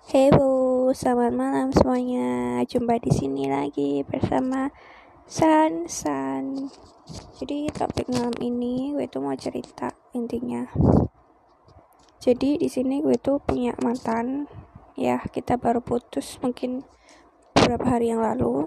Halo, selamat malam semuanya. Jumpa di sini lagi bersama San. Jadi topik malam ini gue tuh mau cerita intinya. Jadi di sini gue tuh punya mantan. Ya, kita baru putus mungkin beberapa hari yang lalu.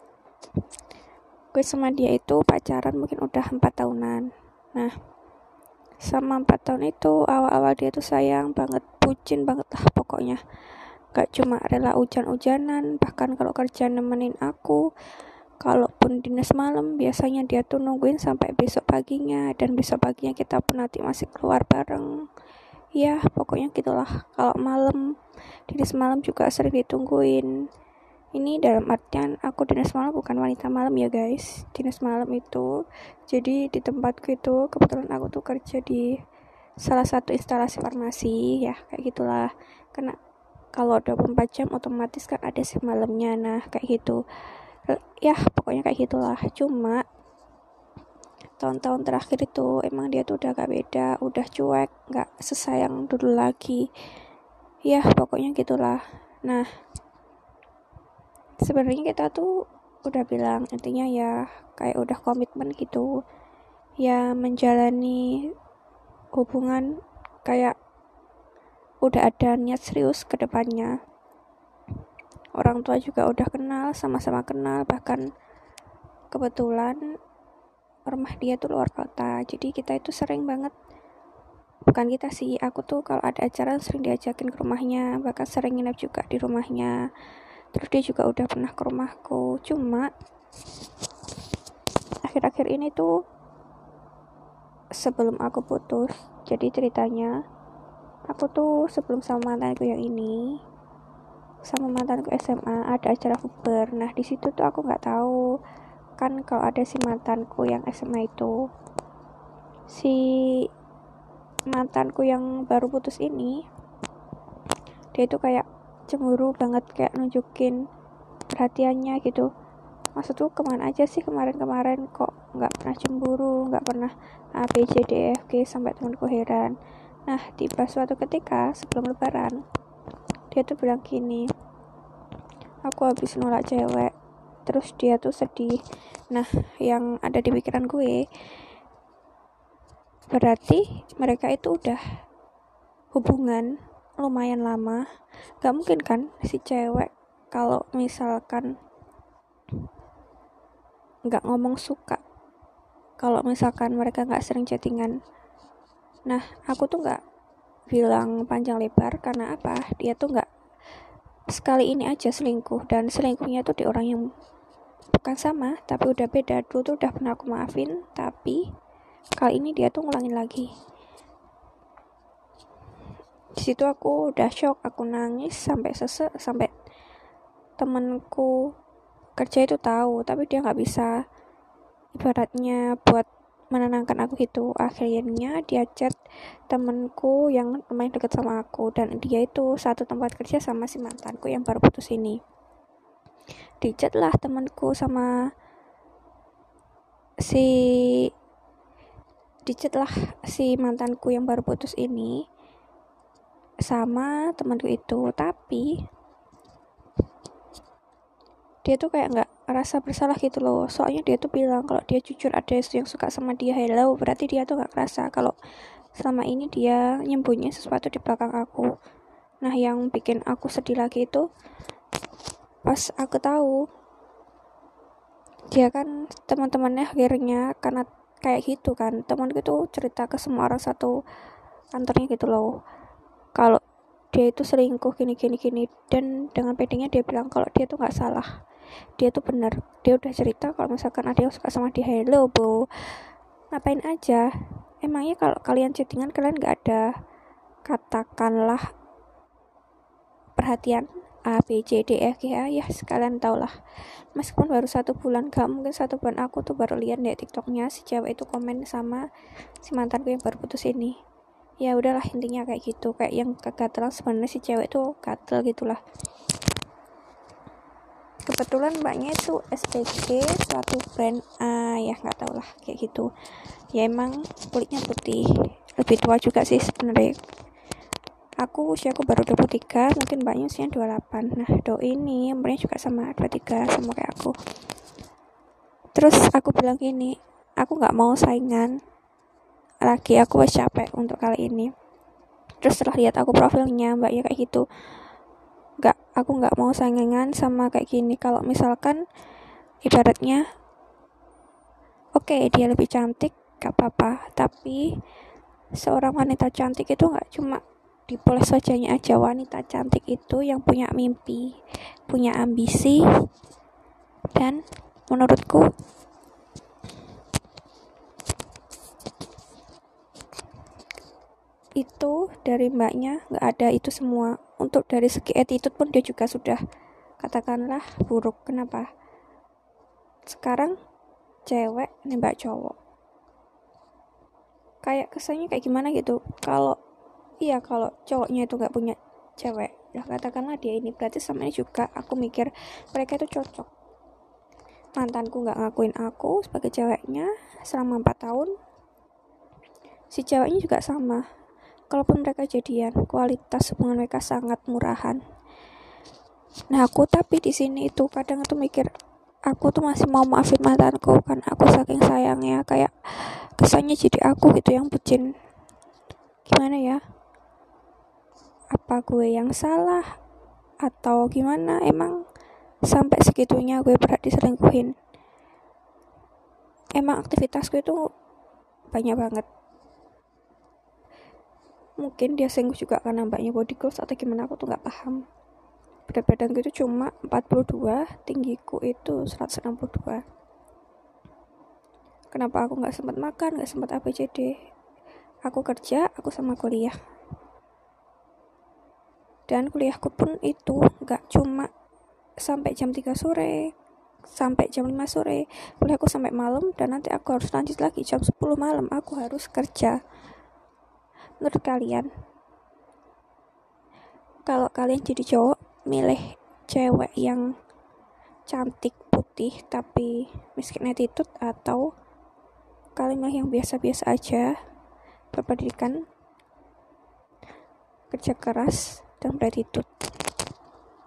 Gue sama dia itu pacaran mungkin udah 4 tahunan. Nah, sama 4 tahun itu awal-awal dia tuh sayang banget, bucin banget lah pokoknya. Gak cuma rela hujan-hujanan, bahkan kalau kerja nemenin aku, kalaupun dinas malam biasanya dia tuh nungguin sampai besok paginya, dan besok paginya kita pun nanti masih keluar bareng. Ya pokoknya gitulah. Kalau malam, dinas malam juga sering ditungguin. Ini dalam artian aku dinas malam bukan wanita malam ya guys. Dinas malam itu jadi di tempatku itu kebetulan aku tuh kerja di salah satu instalasi farmasi ya, kayak gitulah. Karena kalau 24 jam otomatis kan ada shift malamnya, nah kayak gitu ya, pokoknya kayak gitulah. Cuma tahun-tahun terakhir itu emang dia tuh udah gak beda, udah cuek, gak sesayang dulu lagi ya, pokoknya gitulah. Nah, sebenarnya kita tuh udah bilang intinya ya kayak udah komitmen gitu ya, menjalani hubungan kayak udah ada niat serius ke depannya. Orang tua juga udah kenal, sama-sama kenal, bahkan kebetulan rumah dia tuh luar kota, jadi kita itu sering banget, bukan kita sih, aku tuh kalau ada acara sering diajakin ke rumahnya, bahkan sering nginep juga di rumahnya. Terus dia juga udah pernah ke rumahku. Cuma akhir-akhir ini tuh sebelum aku putus, jadi ceritanya aku tuh sebelum sama mantanku yang ini, sama mantanku SMA ada acara bukber. Nah di situ tuh aku nggak tahu kan kalau ada si mantanku yang SMA itu, si mantanku yang baru putus ini, dia itu kayak cemburu banget, kayak nunjukin perhatiannya gitu. Maksudku kemana aja sih kemarin-kemarin, kok nggak pernah cemburu, nggak pernah A B C D F G, sampai temanku heran. Nah tiba suatu ketika sebelum lebaran dia tuh bilang gini, aku habis nolak cewek. Terus dia tuh sedih. Nah yang ada di pikiran gue, berarti mereka itu udah hubungan lumayan lama. Gak mungkin kan si cewek kalau misalkan gak ngomong suka, kalau misalkan mereka gak sering chattingan. Nah aku tuh gak bilang panjang lebar karena apa, dia tuh gak sekali ini aja selingkuh, dan selingkuhnya tuh di orang yang bukan sama tapi udah beda. Dulu tuh udah pernah aku maafin, tapi kali ini dia tuh ngulangin lagi. Di situ aku udah shock, aku nangis sampai sampai temanku kerja itu tahu, tapi dia nggak bisa ibaratnya buat menenangkan aku gitu. Akhirnya dia chat temanku yang lumayan dekat sama aku, dan dia itu satu tempat kerja sama si mantanku yang baru putus ini. Di chat lah temanku sama si mantanku yang baru putus ini sama temanku itu, tapi dia tuh kayak nggak rasa bersalah gitu loh. Soalnya dia tuh bilang kalau dia jujur ada yang suka sama dia. Hello, berarti dia tuh nggak kerasa kalau selama ini dia nyembunyi sesuatu di belakang aku. Nah yang bikin aku sedih lagi itu pas aku tahu dia kan teman-temannya akhirnya, karena kayak gitu kan, temanku tuh cerita ke semua orang satu kantornya gitu loh, kalau dia itu selingkuh gini, dan dengan pedenya dia bilang kalau dia tuh nggak salah, dia tuh benar. Dia udah cerita kalau misalkan ada yang suka sama dia. Hello bro, ngapain aja emangnya kalau kalian chattingan kalian nggak ada katakanlah perhatian A B C D F G ya sekalian tau lah. Meskipun baru 1 bulan, gak mungkin 1 bulan, aku tuh baru lihat deh tiktoknya si cewek itu komen sama si mantanku yang baru putus ini. Ya udahlah, intinya kayak gitu, kayak yang kegatelan. Sebenarnya si cewek tuh gatel gitulah. Kebetulan mbaknya itu SPG suatu brand ya nggak tau lah, kayak gitu ya. Emang kulitnya putih, lebih tua juga sih sebenarnya. usiaku baru 23, mungkin mbaknya usianya 28. Nah, doi ini umurnya juga sama 23, sama kayak aku. Terus aku bilang gini, aku gak mau saingan lagi, aku wes capek untuk kali ini. Terus setelah lihat aku profilnya, mbaknya kayak gitu, aku gak mau saingan sama kayak gini. Kalau misalkan ibaratnya oke, dia lebih cantik, gak apa-apa, tapi seorang wanita cantik itu gak cuma dipoles wajahnya aja. Wanita cantik itu yang punya mimpi, punya ambisi, dan menurutku itu dari mbaknya gak ada itu semua. Untuk dari segi attitude pun dia juga sudah katakanlah buruk. Kenapa? Sekarang cewek nembak cowok, kayak kesannya kayak gimana gitu. Kalau cowoknya itu gak punya cewek, ya katakanlah dia ini, berarti sama ini juga aku mikir mereka itu cocok. Mantanku gak ngakuin aku sebagai ceweknya selama 4 tahun, si ceweknya juga sama. Kalaupun mereka jadian, kualitas hubungan mereka sangat murahan. Nah, aku tapi di sini itu kadang tuh mikir, aku tuh masih mau maafin mantanku kan aku saking sayangnya, kayak kesannya jadi aku gitu yang bucin. Gimana ya? Apa gue yang salah atau gimana? Emang sampai segitunya gue berat diselingkuhin? Emang aktivitasku itu banyak banget. Mungkin dia selingkuh juga karena mbaknya body goals atau gimana, aku tuh gak paham. Berat badanku itu cuma 42, tinggiku itu 162. Kenapa aku gak sempat makan, gak sempat ABCD? Aku kerja, aku sama kuliah. Dan kuliahku pun itu gak cuma sampai jam 3 sore, sampai jam 5 sore. Kuliahku sampai malam, dan nanti aku harus lanjut lagi jam 10 malam. Aku harus kerja. Menurut kalian, kalau kalian jadi cowok, milih cewek yang cantik, putih, tapi miskin attitude, atau kalian milih yang biasa-biasa aja, berpendidikan, kerja keras, dan berattitude?